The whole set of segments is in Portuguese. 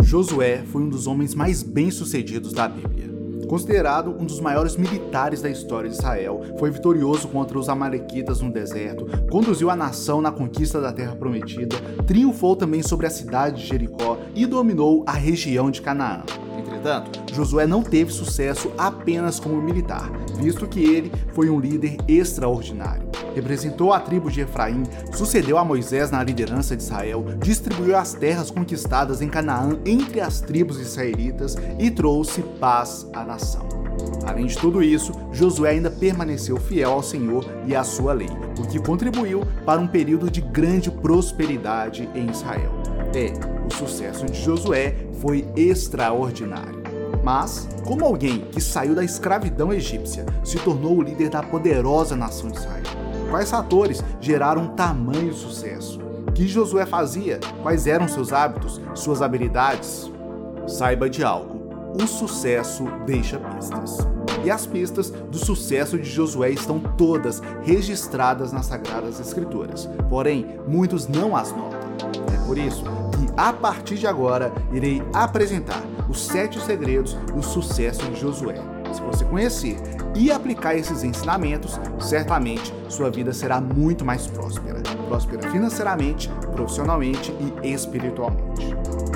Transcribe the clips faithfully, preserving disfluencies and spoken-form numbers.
Josué foi um dos homens mais bem-sucedidos da Bíblia. Considerado um dos maiores militares da história de Israel, foi vitorioso contra os amalequitas no deserto, conduziu a nação na conquista da Terra Prometida, triunfou também sobre a cidade de Jericó e dominou a região de Canaã. Entretanto, Josué não teve sucesso apenas como militar, visto que ele foi um líder extraordinário. Representou a tribo de Efraim, sucedeu a Moisés na liderança de Israel, distribuiu as terras conquistadas em Canaã entre as tribos israelitas e trouxe paz à nação. Além de tudo isso, Josué ainda permaneceu fiel ao Senhor e à sua lei, o que contribuiu para um período de grande prosperidade em Israel. É, o sucesso de Josué foi extraordinário. Mas, como alguém que saiu da escravidão egípcia se tornou o líder da poderosa nação de Israel? Quais fatores geraram tamanho sucesso? O que Josué fazia? Quais eram seus hábitos, suas habilidades? Saiba de algo: o sucesso deixa pistas. E as pistas do sucesso de Josué estão todas registradas nas Sagradas Escrituras. Porém, muitos não as notam. É por isso que, a partir de agora, irei apresentar os sete segredos do sucesso de Josué. Se você conhecer e aplicar esses ensinamentos, certamente sua vida será muito mais próspera. Próspera financeiramente, profissionalmente e espiritualmente.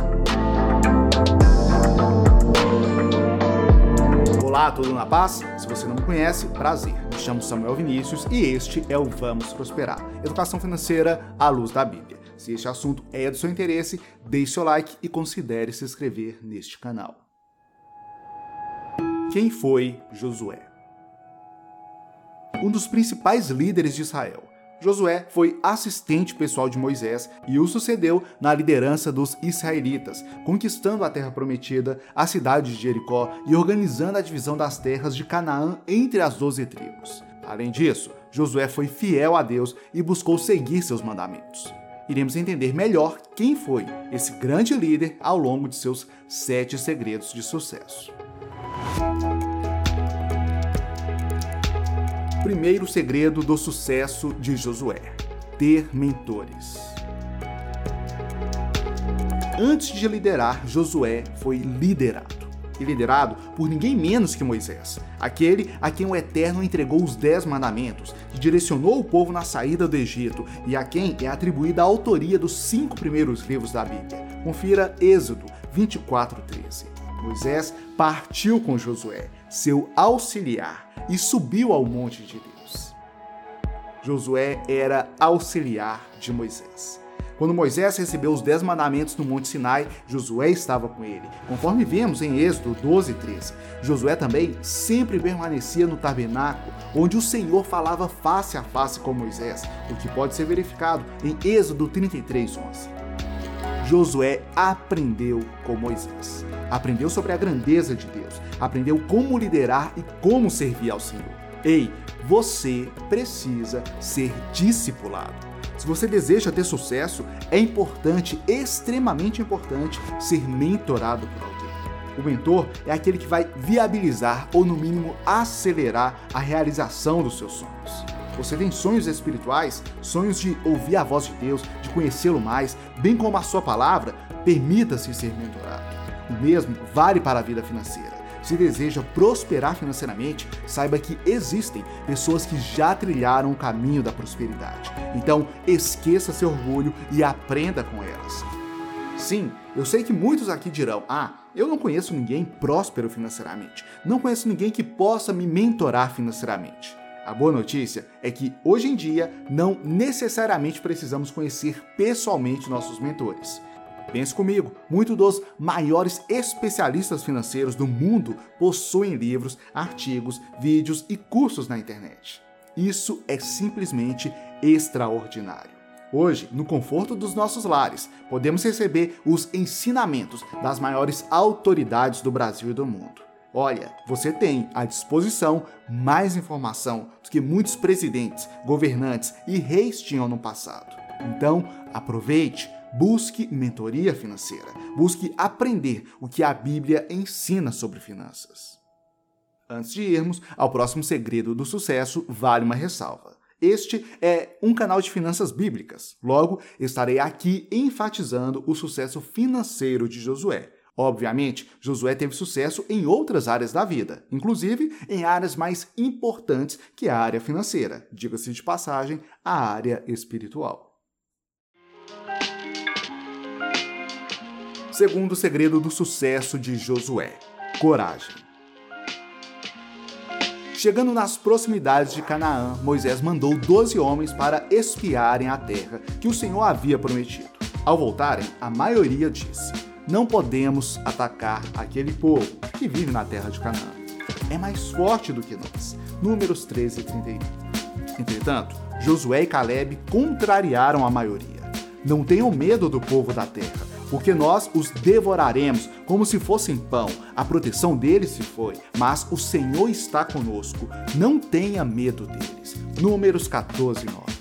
Olá, tudo na paz? Se você não me conhece, prazer. Me chamo Samuel Vinícius e este é o Vamos Prosperar. Educação financeira à luz da Bíblia. Se este assunto é do seu interesse, deixe seu like e considere se inscrever neste canal. Quem foi Josué? Um dos principais líderes de Israel. Josué foi assistente pessoal de Moisés e o sucedeu na liderança dos israelitas, conquistando a Terra Prometida, a cidade de Jericó e organizando a divisão das terras de Canaã entre as doze tribos. Além disso, Josué foi fiel a Deus e buscou seguir seus mandamentos. Iremos entender melhor quem foi esse grande líder ao longo de seus sete segredos de sucesso. Primeiro segredo do sucesso de Josué: ter mentores. Antes de liderar, Josué foi liderado. E liderado por ninguém menos que Moisés, aquele a quem o Eterno entregou os Dez Mandamentos, que direcionou o povo na saída do Egito e a quem é atribuída a autoria dos cinco primeiros livros da Bíblia. Confira Êxodo vinte e quatro, treze. Moisés partiu com Josué, seu auxiliar, e subiu ao monte de Deus. Josué era auxiliar de Moisés. Quando Moisés recebeu os Dez Mandamentos no Monte Sinai, Josué estava com ele. Conforme vemos em Êxodo doze, treze, Josué também sempre permanecia no tabernáculo, onde o Senhor falava face a face com Moisés, o que pode ser verificado em Êxodo trinta e três, onze. Josué aprendeu com Moisés. Aprendeu sobre a grandeza de Deus. Aprendeu como liderar e como servir ao Senhor. Ei, você precisa ser discipulado. Se você deseja ter sucesso, é importante, extremamente importante, ser mentorado por alguém. O mentor é aquele que vai viabilizar ou, no mínimo, acelerar a realização dos seus sonhos. Você tem sonhos espirituais, sonhos de ouvir a voz de Deus, de conhecê-lo mais, bem como a sua palavra? Permita-se ser mentorado. O mesmo vale para a vida financeira. Se deseja prosperar financeiramente, saiba que existem pessoas que já trilharam o caminho da prosperidade. Então, esqueça seu orgulho e aprenda com elas. Sim, eu sei que muitos aqui dirão: ah, eu não conheço ninguém próspero financeiramente. Não conheço ninguém que possa me mentorar financeiramente. A boa notícia é que, hoje em dia, não necessariamente precisamos conhecer pessoalmente nossos mentores. Pense comigo, muitos dos maiores especialistas financeiros do mundo possuem livros, artigos, vídeos e cursos na internet. Isso é simplesmente extraordinário. Hoje, no conforto dos nossos lares, podemos receber os ensinamentos das maiores autoridades do Brasil e do mundo. Olha, você tem à disposição mais informação do que muitos presidentes, governantes e reis tinham no passado. Então, aproveite. Busque mentoria financeira. Busque aprender o que a Bíblia ensina sobre finanças. Antes de irmos ao próximo segredo do sucesso, vale uma ressalva. Este é um canal de finanças bíblicas. Logo, estarei aqui enfatizando o sucesso financeiro de Josué. Obviamente, Josué teve sucesso em outras áreas da vida, inclusive em áreas mais importantes que a área financeira, diga-se de passagem, a área espiritual. Segundo segredo do sucesso de Josué: coragem. Chegando nas proximidades de Canaã, Moisés mandou doze homens para espiarem a terra que o Senhor havia prometido. Ao voltarem, a maioria disse: não podemos atacar aquele povo que vive na terra de Canaã. É mais forte do que nós. Números treze, trinta e um. Entretanto, Josué e Caleb contrariaram a maioria. Não tenham medo do povo da terra, porque nós os devoraremos como se fossem pão. A proteção deles se foi, mas o Senhor está conosco. Não tenha medo deles. Números quatorze, nove.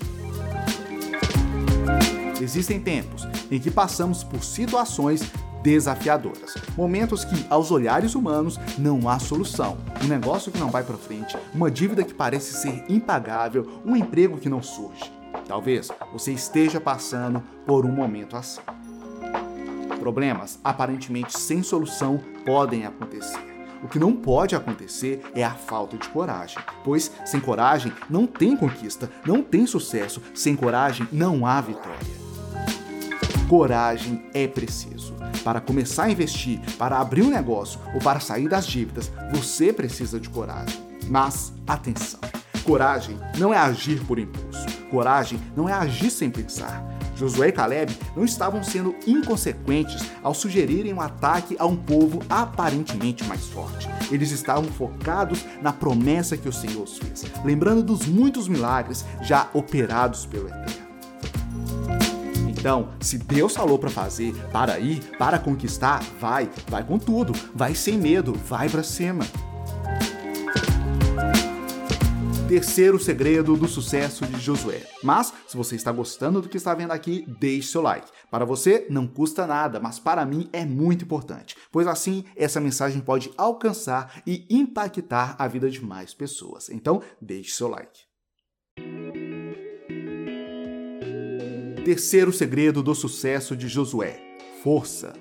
Existem tempos em que passamos por situações desafiadoras, momentos que, aos olhares humanos, não há solução, um negócio que não vai para frente, uma dívida que parece ser impagável, um emprego que não surge. Talvez você esteja passando por um momento assim. Problemas aparentemente sem solução podem acontecer. O que não pode acontecer é a falta de coragem, pois sem coragem não tem conquista, não tem sucesso, sem coragem não há vitória. Coragem é preciso. Para começar a investir, para abrir um negócio ou para sair das dívidas, você precisa de coragem. Mas, atenção, coragem não é agir por impulso. Coragem não é agir sem pensar. Josué e Caleb não estavam sendo inconsequentes ao sugerirem um ataque a um povo aparentemente mais forte. Eles estavam focados na promessa que o Senhor os fez, lembrando dos muitos milagres já operados pelo Eterno. Então, se Deus falou para fazer, para ir, para conquistar, vai, vai com tudo, vai sem medo, vai para cima. Terceiro segredo do sucesso de Josué. Mas, se você está gostando do que está vendo aqui, deixe seu like. Para você, não custa nada, mas para mim é muito importante, pois assim essa mensagem pode alcançar e impactar a vida de mais pessoas. Então, deixe seu like. Terceiro segredo do sucesso de Josué: força.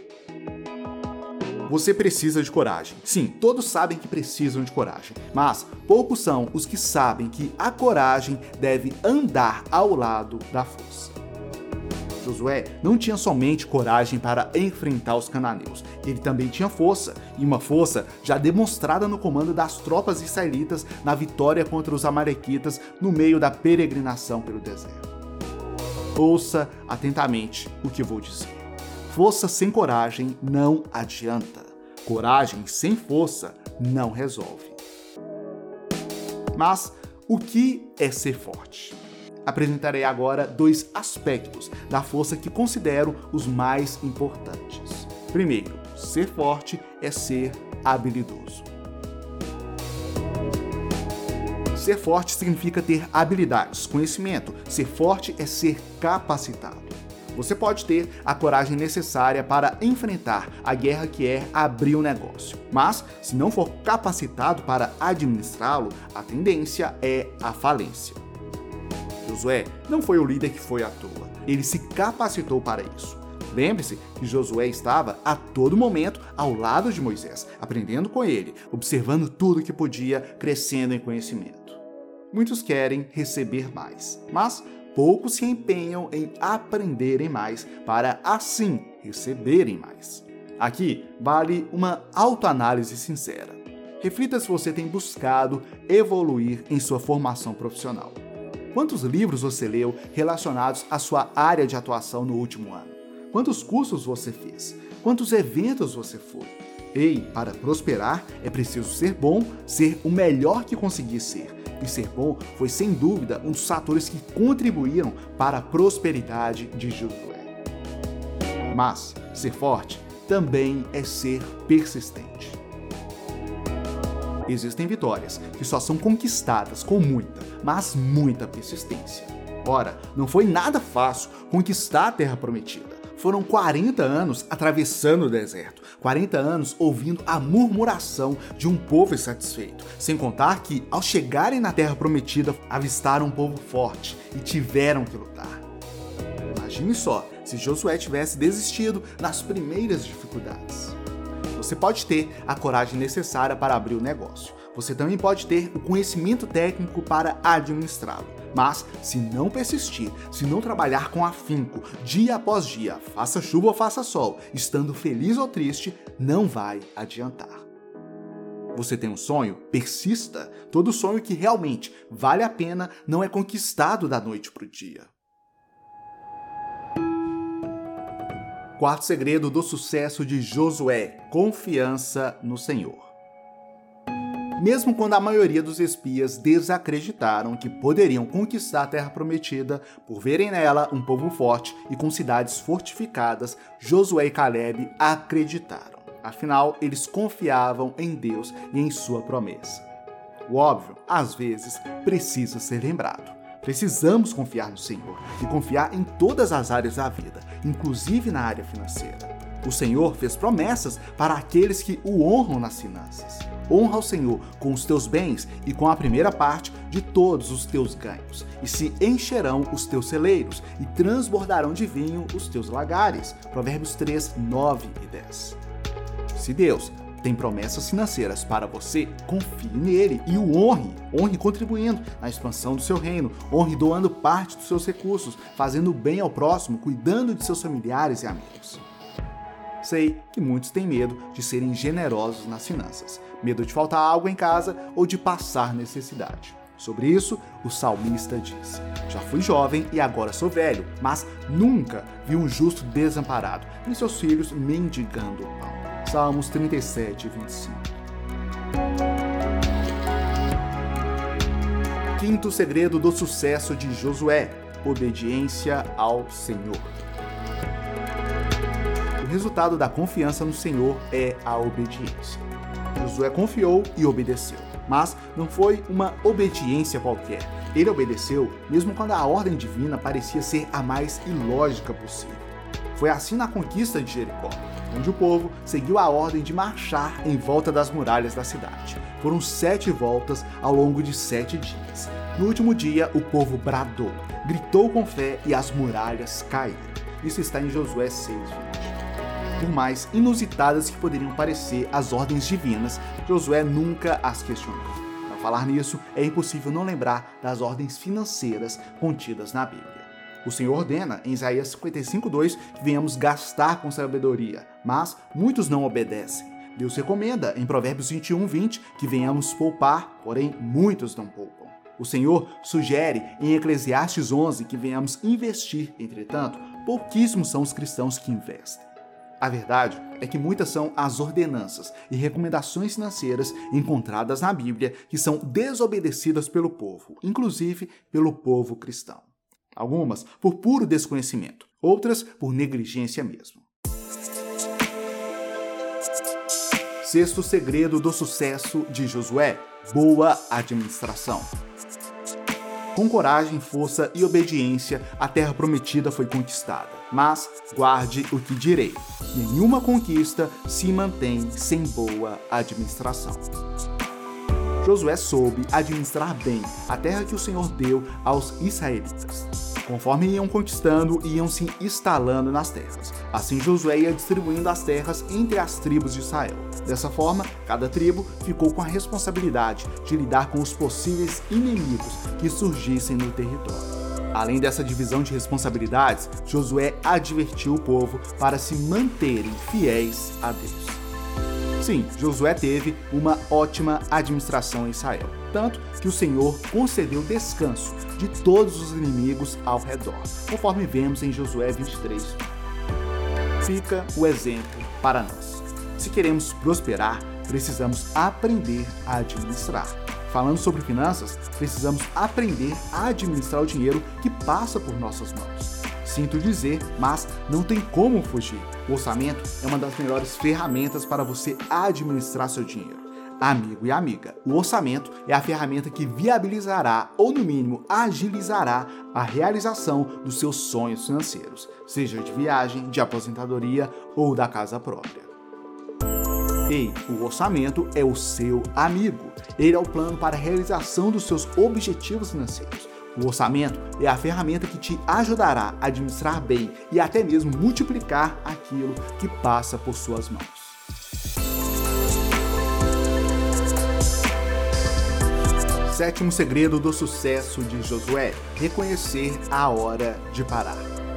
Você precisa de coragem. Sim, todos sabem que precisam de coragem, mas poucos são os que sabem que a coragem deve andar ao lado da força. Josué não tinha somente coragem para enfrentar os cananeus, ele também tinha força, e uma força já demonstrada no comando das tropas israelitas na vitória contra os amalequitas no meio da peregrinação pelo deserto. Ouça atentamente o que vou dizer. Força sem coragem não adianta. Coragem sem força não resolve. Mas o que é ser forte? Apresentarei agora dois aspectos da força que considero os mais importantes. Primeiro, ser forte é ser habilidoso. Ser forte significa ter habilidades, conhecimento. Ser forte é ser capacitado. Você pode ter a coragem necessária para enfrentar a guerra que é abrir um negócio. Mas, se não for capacitado para administrá-lo, a tendência é a falência. Josué não foi o líder que foi à toa. Ele se capacitou para isso. Lembre-se que Josué estava a todo momento ao lado de Moisés, aprendendo com ele, observando tudo que podia, crescendo em conhecimento. Muitos querem receber mais, mas poucos se empenham em aprenderem mais para, assim, receberem mais. Aqui vale uma autoanálise sincera. Reflita se você tem buscado evoluir em sua formação profissional. Quantos livros você leu relacionados à sua área de atuação no último ano? Quantos cursos você fez? Quantos eventos você foi? Ei, para prosperar é preciso ser bom, ser o melhor que conseguir ser. E ser bom foi, sem dúvida, um dos fatores que contribuíram para a prosperidade de Josué. Mas ser forte também é ser persistente. Existem vitórias que só são conquistadas com muita, mas muita persistência. Ora, não foi nada fácil conquistar a Terra Prometida. Foram quarenta anos atravessando o deserto, quarenta anos ouvindo a murmuração de um povo insatisfeito, sem contar que, ao chegarem na Terra Prometida, avistaram um povo forte e tiveram que lutar. Imagine só se Josué tivesse desistido nas primeiras dificuldades. Você pode ter a coragem necessária para abrir o negócio. Você também pode ter o conhecimento técnico para administrá-lo. Mas, se não persistir, se não trabalhar com afinco, dia após dia, faça chuva ou faça sol, estando feliz ou triste, não vai adiantar. Você tem um sonho? Persista. Todo sonho que realmente vale a pena não é conquistado da noite para o dia. Quarto segredo do sucesso de Josué: confiança no Senhor. Mesmo quando a maioria dos espias desacreditaram que poderiam conquistar a Terra Prometida por verem nela um povo forte e com cidades fortificadas, Josué e Caleb acreditaram. Afinal, eles confiavam em Deus e em sua promessa. O óbvio, às vezes, precisa ser lembrado. Precisamos confiar no Senhor e confiar em todas as áreas da vida, inclusive na área financeira. O Senhor fez promessas para aqueles que o honram nas finanças. Honra o Senhor com os teus bens e com a primeira parte de todos os teus ganhos, e se encherão os teus celeiros, e transbordarão de vinho os teus lagares. Provérbios três, nove e dez. Se Deus tem promessas financeiras para você, confie nele e o honre. Honre contribuindo na expansão do seu reino, honre doando parte dos seus recursos, fazendo bem ao próximo, cuidando de seus familiares e amigos. Sei que muitos têm medo de serem generosos nas finanças, medo de faltar algo em casa ou de passar necessidade. Sobre isso, o salmista diz: já fui jovem e agora sou velho, mas nunca vi um justo desamparado, nem seus filhos mendigando pão. Salmos trinta e sete, vinte e cinco. Quinto segredo do sucesso de Josué: obediência ao Senhor. O resultado da confiança no Senhor é a obediência. Josué confiou e obedeceu, mas não foi uma obediência qualquer. Ele obedeceu mesmo quando a ordem divina parecia ser a mais ilógica possível. Foi assim na conquista de Jericó, onde o povo seguiu a ordem de marchar em volta das muralhas da cidade. Foram sete voltas ao longo de sete dias. No último dia, o povo bradou, gritou com fé e as muralhas caíram. Isso está em Josué seis, vinte. Por mais inusitadas que poderiam parecer as ordens divinas, Josué nunca as questionou. Para falar nisso, é impossível não lembrar das ordens financeiras contidas na Bíblia. O Senhor ordena, em Isaías cinquenta e cinco, dois, que venhamos gastar com sabedoria, mas muitos não obedecem. Deus recomenda, em Provérbios vinte e um, vinte, que venhamos poupar, porém muitos não poupam. O Senhor sugere, em Eclesiastes onze, que venhamos investir, entretanto, pouquíssimos são os cristãos que investem. A verdade é que muitas são as ordenanças e recomendações financeiras encontradas na Bíblia que são desobedecidas pelo povo, inclusive pelo povo cristão. Algumas por puro desconhecimento, outras por negligência mesmo. Sexto segredo do sucesso de Josué: boa administração. Com coragem, força e obediência, a terra prometida foi conquistada. Mas guarde o que direi: nenhuma conquista se mantém sem boa administração. Josué soube administrar bem a terra que o Senhor deu aos israelitas. Conforme iam conquistando, iam se instalando nas terras. Assim Josué ia distribuindo as terras entre as tribos de Israel. Dessa forma, cada tribo ficou com a responsabilidade de lidar com os possíveis inimigos que surgissem no território. Além dessa divisão de responsabilidades, Josué advertiu o povo para se manterem fiéis a Deus. Sim, Josué teve uma ótima administração em Israel, tanto que o Senhor concedeu descanso de todos os inimigos ao redor, conforme vemos em Josué vinte e três. Fica o exemplo para nós. Se queremos prosperar, precisamos aprender a administrar. Falando sobre finanças, precisamos aprender a administrar o dinheiro que passa por nossas mãos. Sinto dizer, mas não tem como fugir. O orçamento é uma das melhores ferramentas para você administrar seu dinheiro. Amigo e amiga, o orçamento é a ferramenta que viabilizará, ou no mínimo agilizará, a realização dos seus sonhos financeiros, seja de viagem, de aposentadoria ou da casa própria. Ei, o orçamento é o seu amigo. Ele é o plano para a realização dos seus objetivos financeiros. O orçamento é a ferramenta que te ajudará a administrar bem e até mesmo multiplicar aquilo que passa por suas mãos. Sétimo segredo do sucesso de Josué: reconhecer a hora de parar.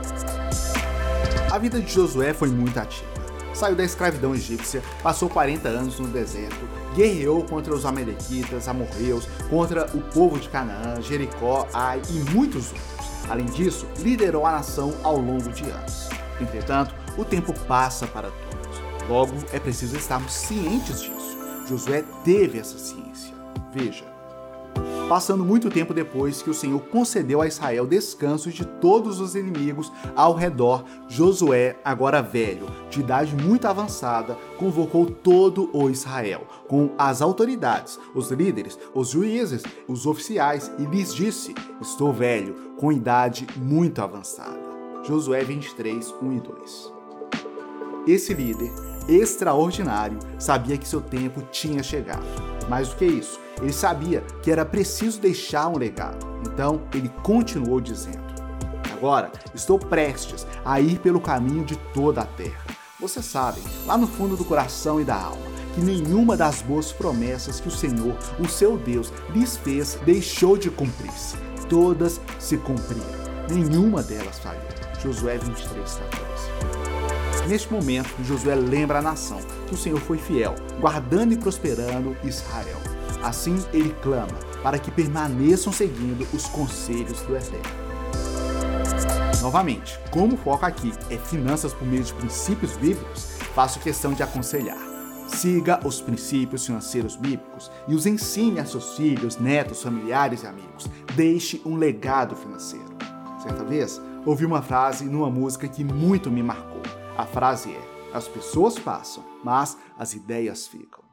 A vida de Josué foi muito ativa. Saiu da escravidão egípcia, passou quarenta anos no deserto, guerreou contra os amalequitas, amorreus, contra o povo de Canaã, Jericó, Ai e muitos outros. Além disso, liderou a nação ao longo de anos. Entretanto, o tempo passa para todos. Logo, é preciso estarmos cientes disso. Josué teve essa ciência. Veja. Passando muito tempo depois que o Senhor concedeu a Israel descanso de todos os inimigos ao redor, Josué, agora velho, de idade muito avançada, convocou todo o Israel, com as autoridades, os líderes, os juízes, os oficiais, e lhes disse: estou velho, com idade muito avançada. Josué vinte e três, um e dois. Esse líder extraordinário sabia que seu tempo tinha chegado. Mais do que isso, ele sabia que era preciso deixar um legado. Então, ele continuou dizendo: agora estou prestes a ir pelo caminho de toda a terra. Vocês sabem, lá no fundo do coração e da alma, que nenhuma das boas promessas que o Senhor, o seu Deus, lhes fez deixou de cumprir-se. Todas se cumpriram. Nenhuma delas falhou. Josué vinte e três, quatorze. Neste momento, Josué lembra a nação que o Senhor foi fiel, guardando e prosperando Israel. Assim, ele clama para que permaneçam seguindo os conselhos do Eterno. Novamente, como o foco aqui é finanças por meio de princípios bíblicos, faço questão de aconselhar: siga os princípios financeiros bíblicos e os ensine a seus filhos, netos, familiares e amigos. Deixe um legado financeiro. Certa vez, ouvi uma frase numa música que muito me marcou. A frase é: as pessoas passam, mas as ideias ficam.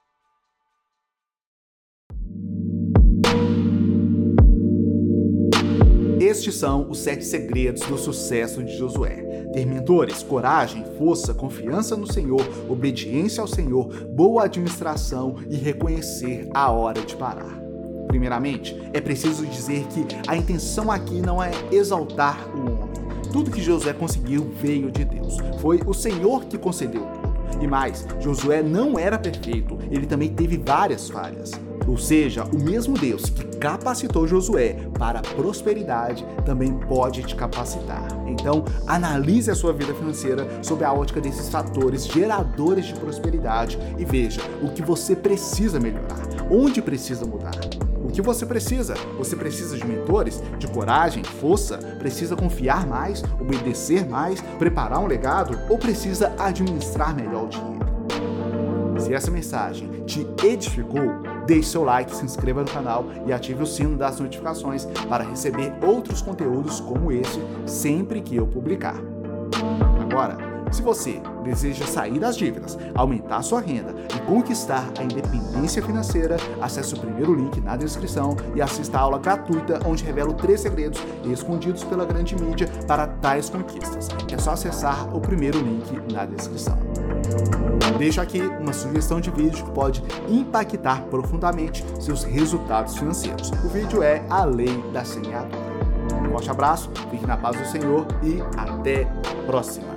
Estes são os sete segredos do sucesso de Josué. Ter mentores, coragem, força, confiança no Senhor, obediência ao Senhor, boa administração e reconhecer a hora de parar. Primeiramente, é preciso dizer que a intenção aqui não é exaltar o homem. Tudo que Josué conseguiu veio de Deus. Foi o Senhor que concedeu tudo. E mais, Josué não era perfeito, ele também teve várias falhas. Ou seja, o mesmo Deus que capacitou Josué para a prosperidade também pode te capacitar. Então, analise a sua vida financeira sob a ótica desses fatores geradores de prosperidade e veja o que você precisa melhorar, onde precisa mudar. O que você precisa? Você precisa de mentores, de coragem, força? Precisa confiar mais, obedecer mais, preparar um legado? Ou precisa administrar melhor o dinheiro? Se essa mensagem te edificou, deixe seu like, se inscreva no canal e ative o sino das notificações para receber outros conteúdos como esse sempre que eu publicar. Agora, se você deseja sair das dívidas, aumentar sua renda e conquistar a independência financeira, acesse o primeiro link na descrição e assista a aula gratuita onde revelo três segredos escondidos pela grande mídia para tais conquistas. É só acessar o primeiro link na descrição. Deixo aqui uma sugestão de vídeo que pode impactar profundamente seus resultados financeiros. O vídeo é A Lei da Semeadura. Um forte abraço, fique na paz do Senhor e até a próxima.